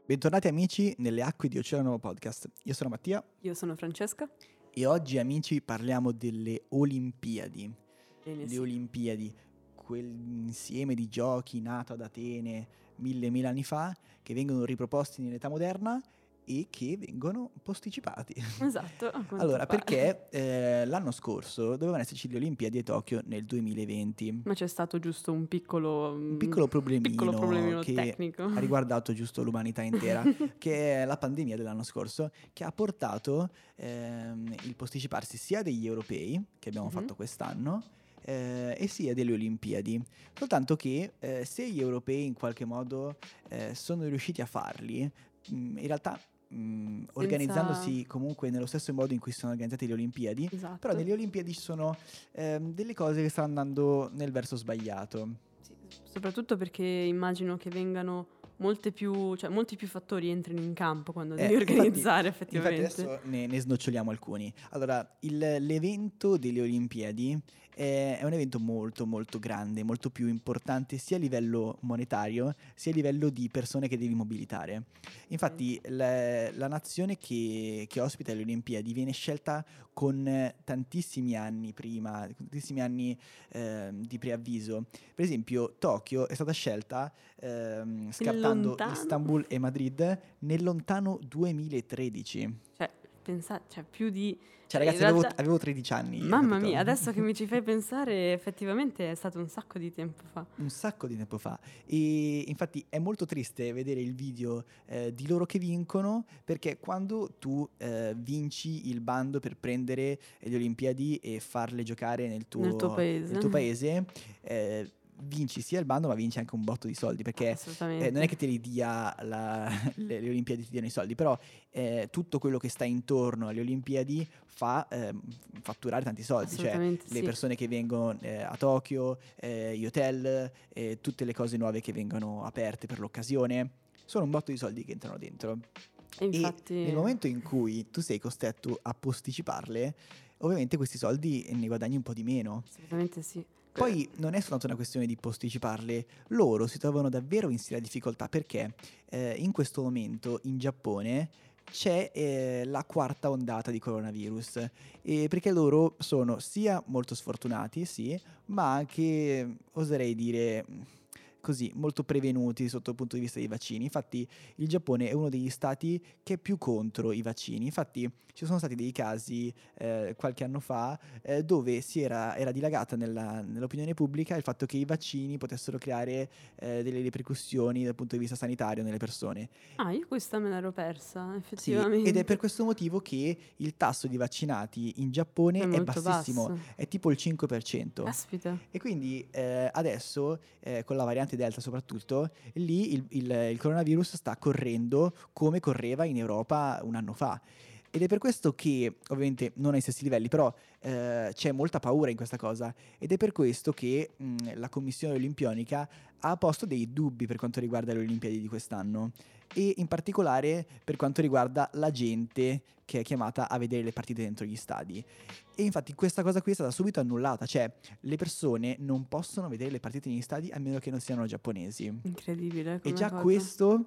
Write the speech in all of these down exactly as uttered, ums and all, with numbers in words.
Bentornati amici nelle acque di Oceano Podcast. Io sono Mattia. Io sono Francesca. E oggi amici parliamo delle Olimpiadi. Bene, Le sì. Olimpiadi, quell'insieme di giochi nato ad Atene mille mila anni fa, che vengono riproposti nell'età moderna e che vengono posticipati. Esatto. a quanto Allora, pare. perché eh, l'anno scorso dovevano esserci le Olimpiadi a Tokyo nel duemilaventi. Ma c'è stato giusto un piccolo Un piccolo problemino, piccolo problemino che tecnico. ha riguardato giusto l'umanità intera, che è la pandemia dell'anno scorso, che ha portato ehm, il posticiparsi sia degli europei, che abbiamo Mhm. fatto quest'anno, eh, e sia delle Olimpiadi. Soltanto che eh, se gli europei in qualche modo eh, sono riusciti a farli, mh, in realtà mh, organizzandosi comunque nello stesso modo in cui sono organizzate le Olimpiadi, Esatto. però nelle Olimpiadi ci sono ehm, delle cose che stanno andando nel verso sbagliato. Sì, soprattutto perché immagino che vengano molte più, cioè molti più fattori entrino in campo quando Eh, devi infatti- organizzare Infatti effettivamente. adesso ne, ne snoccioliamo alcuni. Allora, il- l'evento delle Olimpiadi è, è un evento molto molto grande, molto più importante sia a livello monetario sia a livello di persone che devi mobilitare. Infatti la, la nazione che, che ospita le Olimpiadi viene scelta con eh, tantissimi anni prima, con tantissimi anni ehm, di preavviso. Per esempio Tokyo è stata scelta ehm, scartando lontano. Istanbul e Madrid nel lontano duemilatredici. Cioè, pensa, cioè più di Cioè in ragazzi, avevo, realtà- avevo tredici anni. Mamma capito? mia, adesso che mi ci fai pensare, effettivamente è stato un sacco di tempo fa. Un sacco di tempo fa. E infatti è molto triste vedere il video eh, di loro che vincono, perché quando tu eh, vinci il bando per prendere le Olimpiadi e farle giocare nel tuo, Nel tuo paese. nel tuo paese, eh, vinci sia il bando ma vinci anche un botto di soldi, perché Assolutamente. eh, non è che te li dia la- le, le Olimpiadi ti diano i soldi, però eh, tutto quello che sta intorno alle Olimpiadi fa ehm, fatturare tanti soldi, cioè Assolutamente le sì. persone che vengono eh, a Tokyo, eh, gli hotel, eh, tutte le cose nuove che vengono aperte per l'occasione, sono un botto di soldi che entrano dentro. E infatti E nel momento in cui tu sei costretto a posticiparle, ovviamente questi soldi ne guadagni un po' di meno. assolutamente sì. Poi non è soltanto una questione di posticiparle, loro si trovano davvero in seria difficoltà perché eh, in questo momento in Giappone c'è eh, la quarta ondata di coronavirus, e perché loro sono sia molto sfortunati, sì, ma anche, oserei dire, così, molto prevenuti sotto il punto di vista dei vaccini. Infatti il Giappone è uno degli stati che è più contro i vaccini. Infatti ci sono stati dei casi eh, qualche anno fa eh, dove si era, era dilagata nella- nell'opinione pubblica il fatto che i vaccini potessero creare eh, delle ripercussioni dal punto di vista sanitario nelle persone. Ah, io questa me l'ero persa, Sì, effettivamente. ed è per questo motivo che il tasso di vaccinati in Giappone È è, molto bassissimo, basso. è tipo il cinque per cento. Caspita. E quindi eh, adesso, eh, con la variante Delta soprattutto, lì il, il- il coronavirus sta correndo come correva in Europa un anno fa. Ed è per questo che, ovviamente non ai stessi livelli, però eh, c'è molta paura in questa cosa. Ed è per questo che mh, la Commissione Olimpionica ha posto dei dubbi per quanto riguarda le Olimpiadi di quest'anno. E in particolare per quanto riguarda la gente che è chiamata a vedere le partite dentro gli stadi. E infatti questa cosa qui è stata subito annullata, cioè le persone non possono vedere le partite negli stadi a meno che non siano giapponesi. Incredibile E come già cosa. questo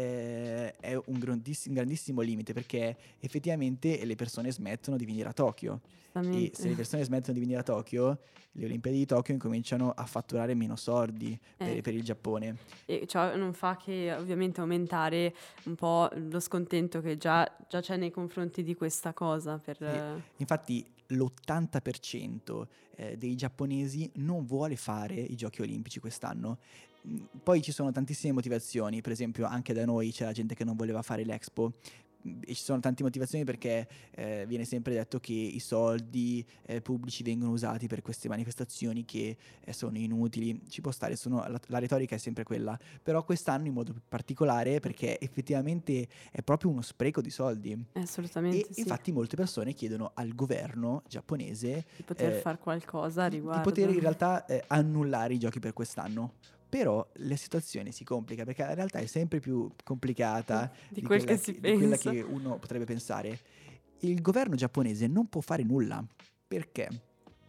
eh, è un grandissimo, un grandissimo limite, perché effettivamente le persone smettono di venire a Tokyo. E Giustamente. se le persone smettono di venire a Tokyo, le Olimpiadi di Tokyo incominciano a fatturare meno soldi per, Eh. per il Giappone. E ciò non fa che ovviamente aumentare un po' lo scontento che già, già c'è nei confronti di questa cosa. Per, Sì, infatti l'ottanta per cento eh, dei giapponesi non vuole fare i giochi olimpici quest'anno. Mm, Poi ci sono tantissime motivazioni, per esempio anche da noi c'è la gente che non voleva fare l'Expo. Mm, E ci sono tante motivazioni perché eh, viene sempre detto che i soldi eh, pubblici vengono usati per queste manifestazioni che eh, sono inutili. Ci può stare, sono- la, la retorica è sempre quella. Però quest'anno in modo particolare perché effettivamente è proprio uno spreco di soldi. eh, assolutamente E sì. infatti molte persone chiedono al governo giapponese Di poter eh, fare qualcosa a di, di riguardo. poter in realtà eh, annullare i giochi per quest'anno. Però la situazione si complica perché la realtà è sempre più complicata Di quel quella che si di quella pensa. che uno potrebbe pensare. Il governo giapponese non può fare nulla. Perché?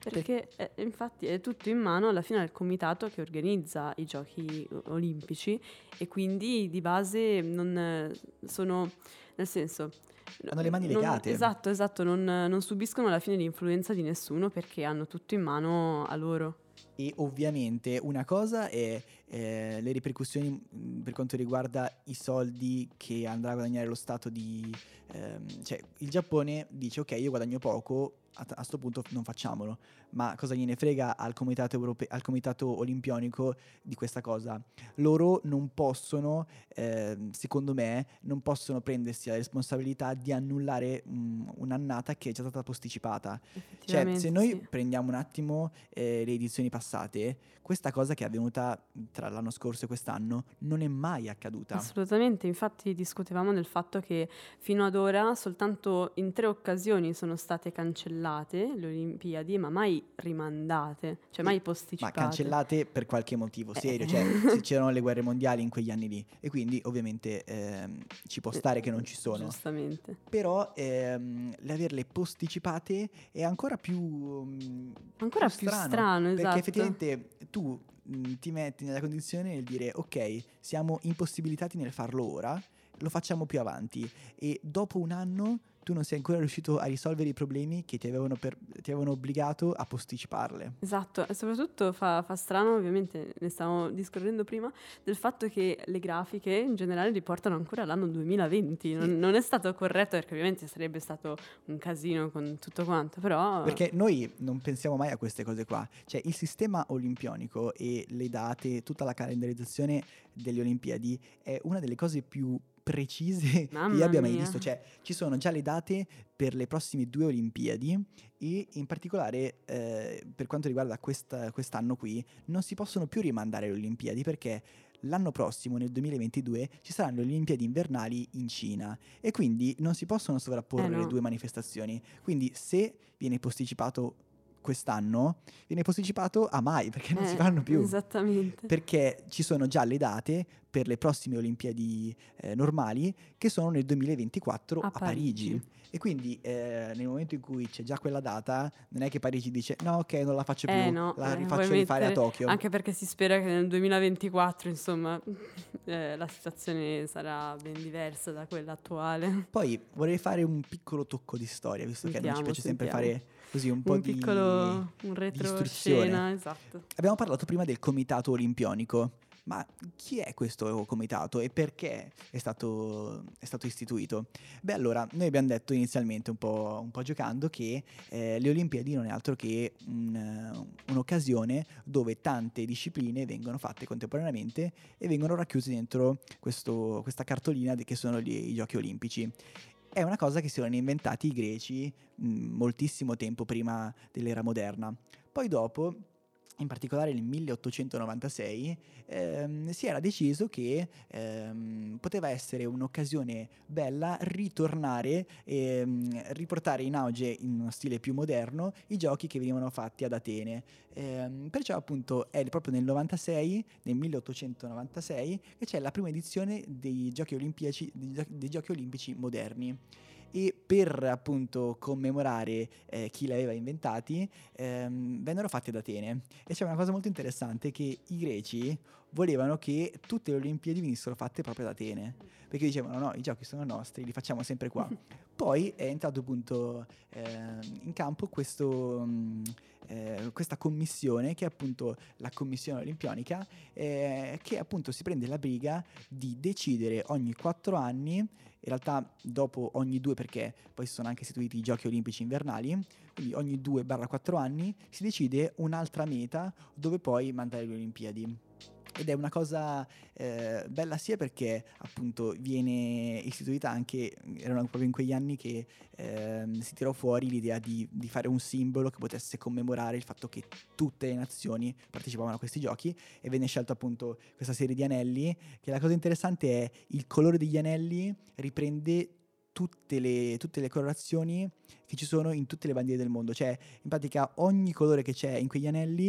Perché è- infatti è tutto in mano alla fine al comitato che organizza i giochi o- olimpici, e quindi di base non eh, sono, nel senso, Hanno le mani non- legate. esatto, esatto, non, non subiscono alla fine l'influenza di nessuno perché hanno tutto in mano a loro. E ovviamente una cosa è eh, le ripercussioni mh, per quanto riguarda i soldi che andrà a guadagnare lo Stato di... ehm, cioè il Giappone dice ok, io guadagno poco, a, a sto punto non facciamolo, ma cosa gliene frega al comitato, europe- al comitato olimpionico di questa cosa? Loro non possono, ehm, secondo me, non possono prendersi la responsabilità di annullare mh, un'annata che è già stata posticipata. Cioè, se Effettivamente noi sì. prendiamo un attimo eh, le edizioni passate, questa cosa che è avvenuta tra l'anno scorso e quest'anno non è mai accaduta. Assolutamente, infatti discutevamo del fatto che fino ad ora soltanto in tre occasioni sono state cancellate le Olimpiadi, ma mai rimandate, cioè mai E- ma posticipate. cancellate per qualche motivo Eh, serio, cioè se c'erano le guerre mondiali in quegli anni lì e quindi ovviamente ehm, ci può eh, stare che non ci sono. giustamente. Però ehm, l'averle posticipate è ancora più, mm, più Ancora più strano, strano, perché esatto. effettivamente tu mm, ti metti nella condizione di dire ok, siamo impossibilitati nel farlo ora, lo facciamo più avanti e dopo un anno tu non sei ancora riuscito a risolvere i problemi che ti avevano, per- ti avevano obbligato a posticiparle. Esatto, e soprattutto fa, fa strano, ovviamente ne stavamo discorrendo prima, del fatto che le grafiche in generale riportano ancora l'anno duemilaventi. Sì, Non, non è stato corretto perché ovviamente sarebbe stato un casino con tutto quanto, però perché noi non pensiamo mai a queste cose qua, cioè il sistema olimpionico e le date, tutta la calendarizzazione delle Olimpiadi è una delle cose più precise che io mamma abbia mai mia. visto, cioè ci sono già le date per le prossime due Olimpiadi e in particolare eh, per quanto riguarda questa- quest'anno qui non si possono più rimandare le Olimpiadi perché l'anno prossimo, nel duemilaventidue, ci saranno le Olimpiadi invernali in Cina e quindi non si possono Eh sovrapporre le no, due manifestazioni. Quindi se viene posticipato quest'anno, viene posticipato a mai perché non si eh, faranno più. esattamente. Perché ci sono già le date per le prossime Olimpiadi eh, normali che sono nel duemilaventiquattro A a Parigi. Parigi. E quindi eh, nel momento in cui c'è già quella data, non è che Parigi dice no, ok, non la faccio Eh più, no, la eh, vuoi rifaccio rifare a mettere, Tokyo. anche perché si spera che nel duemilaventiquattro, insomma, eh, la situazione sarà ben diversa da quella attuale. Poi vorrei fare un piccolo tocco di storia, visto che a noi ci Sentiamo, piace sempre sentiamo. fare così un po' Un di, piccolo, un di istruzione. retroscena, esatto. Abbiamo parlato prima del Comitato Olimpionico, ma chi è questo comitato e perché è stato, è stato istituito? Beh, allora, noi abbiamo detto inizialmente, un po', un po' giocando, che eh, le Olimpiadi non è altro che un, eh, un'occasione dove tante discipline vengono fatte contemporaneamente e vengono racchiuse dentro questo- questa cartolina di- che sono gli- i Giochi Olimpici. È una cosa che si erano inventati i greci mh, moltissimo tempo prima dell'era moderna. Poi dopo, in particolare nel milleottocentonovantasei, ehm, si era deciso che ehm, poteva essere un'occasione bella ritornare e mm, riportare in auge in uno stile più moderno i giochi che venivano fatti ad Atene. Ehm, perciò appunto è proprio nel novantasei, nel milleottocentonovantasei, che c'è la prima edizione dei Giochi Olimpici, dei, gio- dei Giochi Olimpici moderni. E per appunto commemorare eh, chi li aveva inventati, ehm, vennero fatti ad Atene. E c'è una cosa molto interessante che i greci volevano che tutte le Olimpiadi venissero fatte proprio ad Atene, perché dicevano no, i giochi sono nostri, li facciamo sempre qua. Poi è entrato appunto ehm, in campo questo, mh, eh, questa commissione che è appunto la commissione olimpionica eh, che appunto si prende la briga di decidere ogni quattro anni, in realtà dopo ogni due perché poi si sono anche istituiti i giochi olimpici invernali, quindi ogni due quattro anni si decide un'altra meta dove poi mandare le Olimpiadi. Ed è una cosa eh, bella sia perché appunto viene istituita anche, erano proprio in quegli anni che ehm, si tirò fuori l'idea di, di fare un simbolo che potesse commemorare il fatto che tutte le nazioni partecipavano a questi giochi e venne scelto appunto questa serie di anelli, che la cosa interessante è il colore degli anelli riprende tutte le, tutte le colorazioni che ci sono in tutte le bandiere del mondo, cioè in pratica ogni colore che c'è in quegli anelli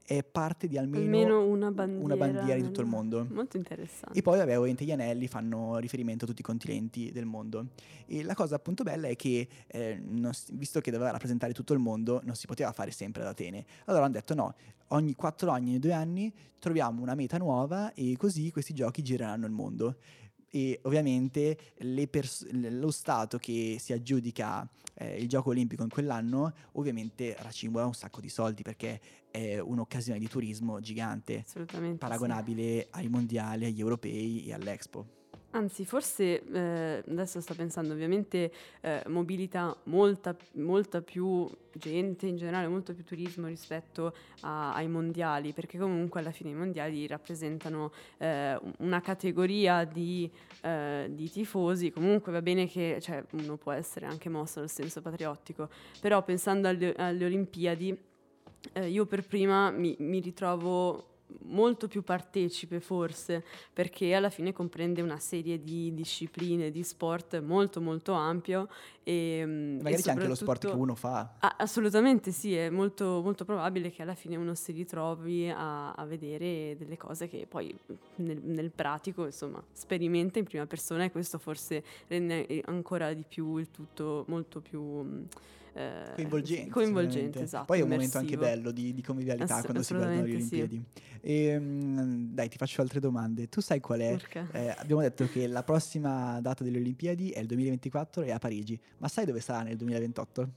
è parte di almeno, Almeno una bandiera. una bandiera di tutto il nel- mondo. Molto interessante. E poi, vabbè, ovviamente gli anelli fanno riferimento a tutti i continenti del mondo. E la cosa appunto bella è che, eh, non si- visto che doveva rappresentare tutto il mondo, non si poteva fare sempre ad Atene. Allora hanno detto no, ogni quattro anni, ogni due anni troviamo una meta nuova e così questi giochi gireranno il mondo. E ovviamente le pers- l- lo Stato che si aggiudica eh, il gioco olimpico in quell'anno ovviamente racimbola un sacco di soldi perché è un'occasione di turismo gigante, Assolutamente sì. paragonabile ai mondiali, agli europei e all'Expo. Anzi, forse eh, adesso sto pensando, ovviamente eh, mobilita molta, molta più gente in generale, molto più turismo rispetto a- ai mondiali, perché comunque alla fine i mondiali rappresentano eh, una categoria di, eh, di tifosi. Comunque va bene che cioè, uno può essere anche mosso dal senso patriottico, però pensando alle, alle Olimpiadi, eh, io per prima mi, mi ritrovo molto più partecipe forse, perché alla fine comprende una serie di discipline, di sport molto molto ampio e, mm, e Magari c'è anche lo sport che soprattutto- uno fa. Ah, assolutamente sì, è molto, molto probabile che alla fine uno si ritrovi a, a vedere delle cose che poi nel, nel pratico, insomma, sperimenta in prima persona, e questo forse rende eh, ancora di più il tutto molto più mm, eh, Coinvolgente, sì, coinvolgente, sicuramente. esatto, Poi è un momento anche immersivo. bello di, di convivialità Ass- quando si guardano le assolutamente sì. Olimpiadi. E, mm, dai, ti faccio altre domande. Tu sai qual è? Urca. Eh, abbiamo detto che la prossima data delle Olimpiadi è il duemilaventiquattro e è a Parigi, ma sai dove sarà nel duemilaventotto?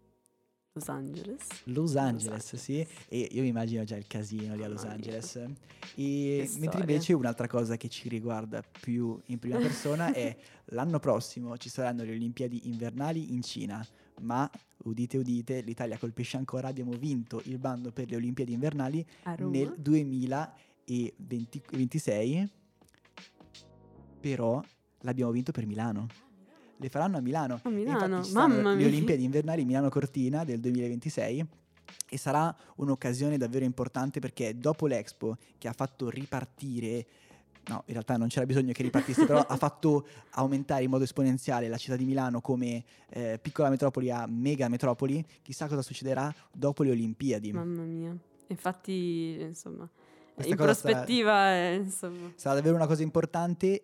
Los Angeles. Los Angeles, Angeles. sì, e io mi immagino già il casino lì a Los Mamma mia. Angeles. E Che mentre storia. invece un'altra cosa che ci riguarda più in prima persona è l'anno prossimo ci saranno le Olimpiadi invernali in Cina, ma udite udite, l'Italia colpisce ancora, abbiamo vinto il bando per le Olimpiadi invernali A Roma? nel duemilaventisei, però l'abbiamo vinto per Milano. Le faranno a Milano. A E Milano, infatti ci saranno mamma le mia. Olimpiadi invernali Milano Cortina del duemilaventisei e sarà un'occasione davvero importante perché dopo l'Expo che ha fatto ripartire, no, in realtà non c'era bisogno che ripartisse, però ha fatto aumentare in modo esponenziale la città di Milano come eh, piccola metropoli a mega metropoli, chissà cosa succederà dopo le Olimpiadi. Mamma mia. Infatti, insomma, Questa in cosa sarà- prospettiva, eh, insomma. Sarà davvero una cosa importante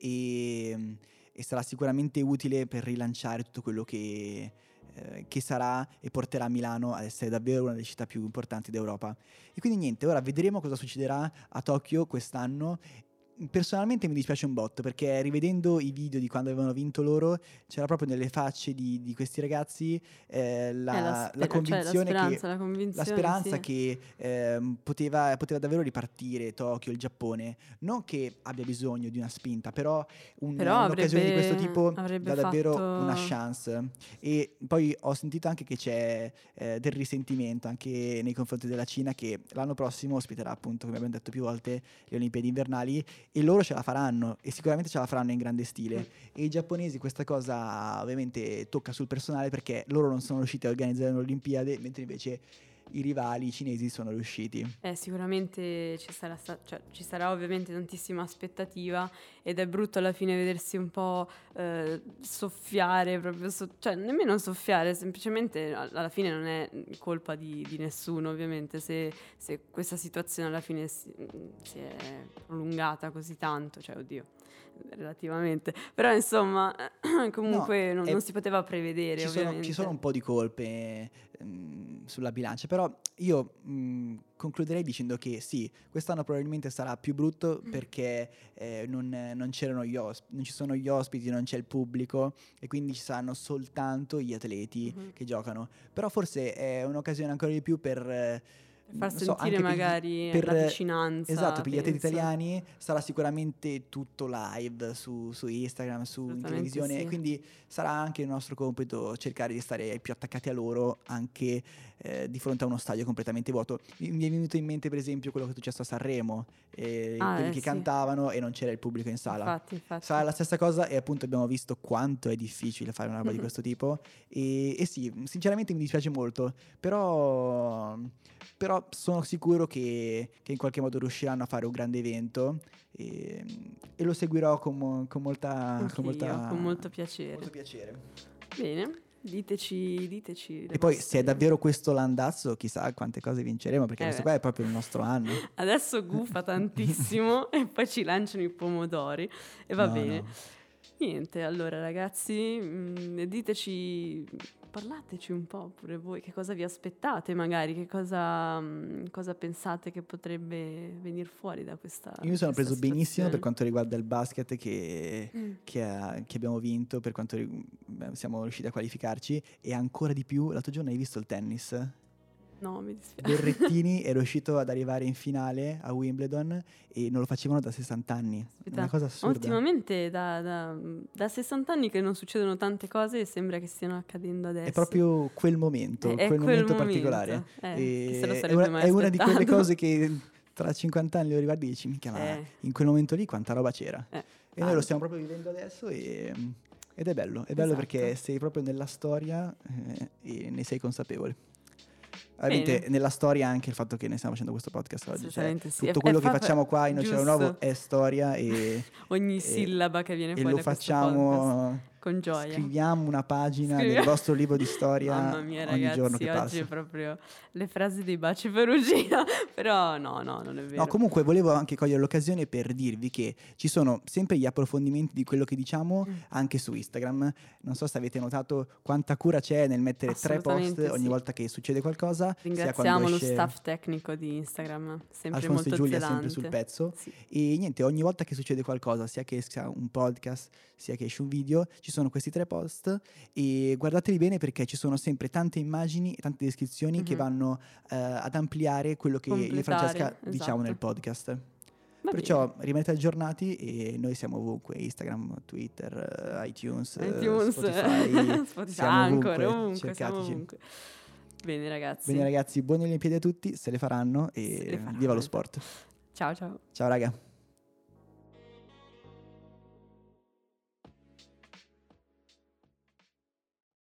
e, e sarà sicuramente utile per rilanciare tutto quello che, eh, che sarà e porterà Milano ad essere davvero una delle città più importanti d'Europa. E quindi niente, ora vedremo cosa succederà a Tokyo quest'anno. Personalmente mi dispiace un botto perché rivedendo i video di quando avevano vinto loro c'era proprio nelle facce di, di questi ragazzi eh, la, Eh, la spera- cioè, convinzione la che speranza, la convinzione, la speranza sì. che ehm, poteva, poteva davvero ripartire Tokyo, il Giappone. Non che abbia bisogno di una spinta, però, un- Però un'occasione di questo avrebbe, tipo avrebbe dà davvero fatto... una chance. E poi ho sentito anche che c'è eh, del risentimento anche nei confronti della Cina che l'anno prossimo ospiterà appunto, come abbiamo detto più volte, le Olimpiadi invernali e loro ce la faranno e sicuramente ce la faranno in grande stile. Mm. E i giapponesi questa cosa ovviamente tocca sul personale perché loro non sono riusciti a organizzare le Olimpiadi mentre invece i rivali cinesi sono riusciti. Eh, sicuramente ci sarà, sta- cioè, ci sarà ovviamente tantissima aspettativa ed è brutto alla fine vedersi un po' eh, soffiare, proprio so- cioè nemmeno soffiare, semplicemente a- alla fine non è colpa di, di nessuno ovviamente se, se questa situazione alla fine si, si è prolungata così tanto, cioè oddio, relativamente, però insomma comunque No, non, è- non si poteva prevedere Ci sono, ovviamente. ci sono un po' di colpe ehm, sulla bilancia, però io mh, concluderei dicendo che sì, quest'anno probabilmente sarà più brutto perché eh, non, non c'erano gli ospiti, non ci sono gli ospiti, non c'è il pubblico e quindi ci saranno soltanto gli atleti Mhm. che giocano. Però forse è un'occasione ancora di più per... eh, Per far non so, sentire anche per gli- magari per- la vicinanza, Esatto, per gli atleti penso. italiani sarà sicuramente tutto live su, su Instagram, su in Assolutamente televisione sì. e quindi sarà anche il nostro compito cercare di stare più attaccati a loro anche eh, di fronte a uno stadio completamente vuoto. Mi mi è venuto in mente per esempio quello che è successo a Sanremo, eh, Ah, quelli eh, che sì. cantavano e non c'era il pubblico in sala. Infatti, infatti. Sarà la stessa cosa e appunto abbiamo visto quanto è difficile fare una roba di questo tipo e, e sì, sinceramente mi dispiace molto, però, però sono sicuro che, che in qualche modo riusciranno a fare un grande evento e, e lo seguirò con, mo- con molta, Anche con molta- io, con molto piacere. molto piacere. Bene. Diteci, diteci. E poi se è davvero questo l'andazzo, chissà quante cose vinceremo, perché Eh questo beh. qua è proprio il nostro anno. Adesso gufa tantissimo e poi ci lanciano i pomodori e va No, bene. no. Niente, allora ragazzi, mh, diteci, parlateci un po' pure voi, che cosa vi aspettate magari, che cosa, mh, cosa pensate che potrebbe venire fuori da questa Io mi sono questa preso benissimo situazione. per quanto riguarda il basket che, Mm. che, ha- che abbiamo vinto, per quanto ri- beh, siamo riusciti a qualificarci, e ancora di più, l'altro giorno hai visto il tennis? No, mi dispiace. Berrettini è riuscito ad arrivare in finale a Wimbledon e non lo facevano da sessanta anni. È Aspetta, una cosa assurda. ultimamente da, da, da sessanta anni che non succedono tante cose e sembra che stiano accadendo adesso. È proprio quel momento, È- è quel, quel momento momento, particolare. eh, E chi se lo è sarebbe una, mai è una di quelle aspettato? cose che tra cinquanta anni lo riguardi e dici, minchia, ma Eh. in quel momento lì quanta roba c'era. Eh, E noi lo tanto. stiamo proprio vivendo adesso e, ed è bello, è bello Esatto. perché sei proprio nella storia eh, e ne sei consapevole. Ovviamente Bene. nella storia anche il fatto che ne stiamo facendo questo podcast oggi, cioè Assolutamente sì. tutto E- quello e che fa- facciamo qua in Oceano Nuovo giusto. è storia e, Ogni e- sillaba che viene e fuori lo da questo podcast, facciamo, con gioia. scriviamo una pagina Scrivi- nel vostro libro di storia Mamma mia, ogni ragazzi, giorno che oggi passa. è proprio le frasi dei baci ferugina. Però no, no, non è vero. No, comunque volevo anche cogliere l'occasione per dirvi che ci sono sempre gli approfondimenti di quello che diciamo Mm. anche su Instagram. Non so se avete notato quanta cura c'è nel mettere tre post Assolutamente ogni sì. volta che succede qualcosa. sia Ringraziamo quando lo esce staff tecnico di Instagram, sempre Alfonso e molto Giulia zelante. sempre sul pezzo. Sì. E niente, ogni volta che succede qualcosa, sia che esca un podcast, sia che esce un video, ci sono questi tre post e guardateli bene perché ci sono sempre tante immagini e tante descrizioni che Mhm. vanno eh, ad ampliare quello che io e Completare, Francesca diciamo esatto. nel podcast. Va Perciò bene. rimanete aggiornati e noi siamo ovunque, Instagram, Twitter, eh, iTunes, eh, iTunes, Spotify, Spotify, siamo Anchor, ovunque, ovunque, siamo cercateci. ovunque. Bene ragazzi. Bene ragazzi, buone Olimpiadi a tutti, se le faranno e Se le faranno, viva lo esatto. sport. Ciao ciao. Ciao raga.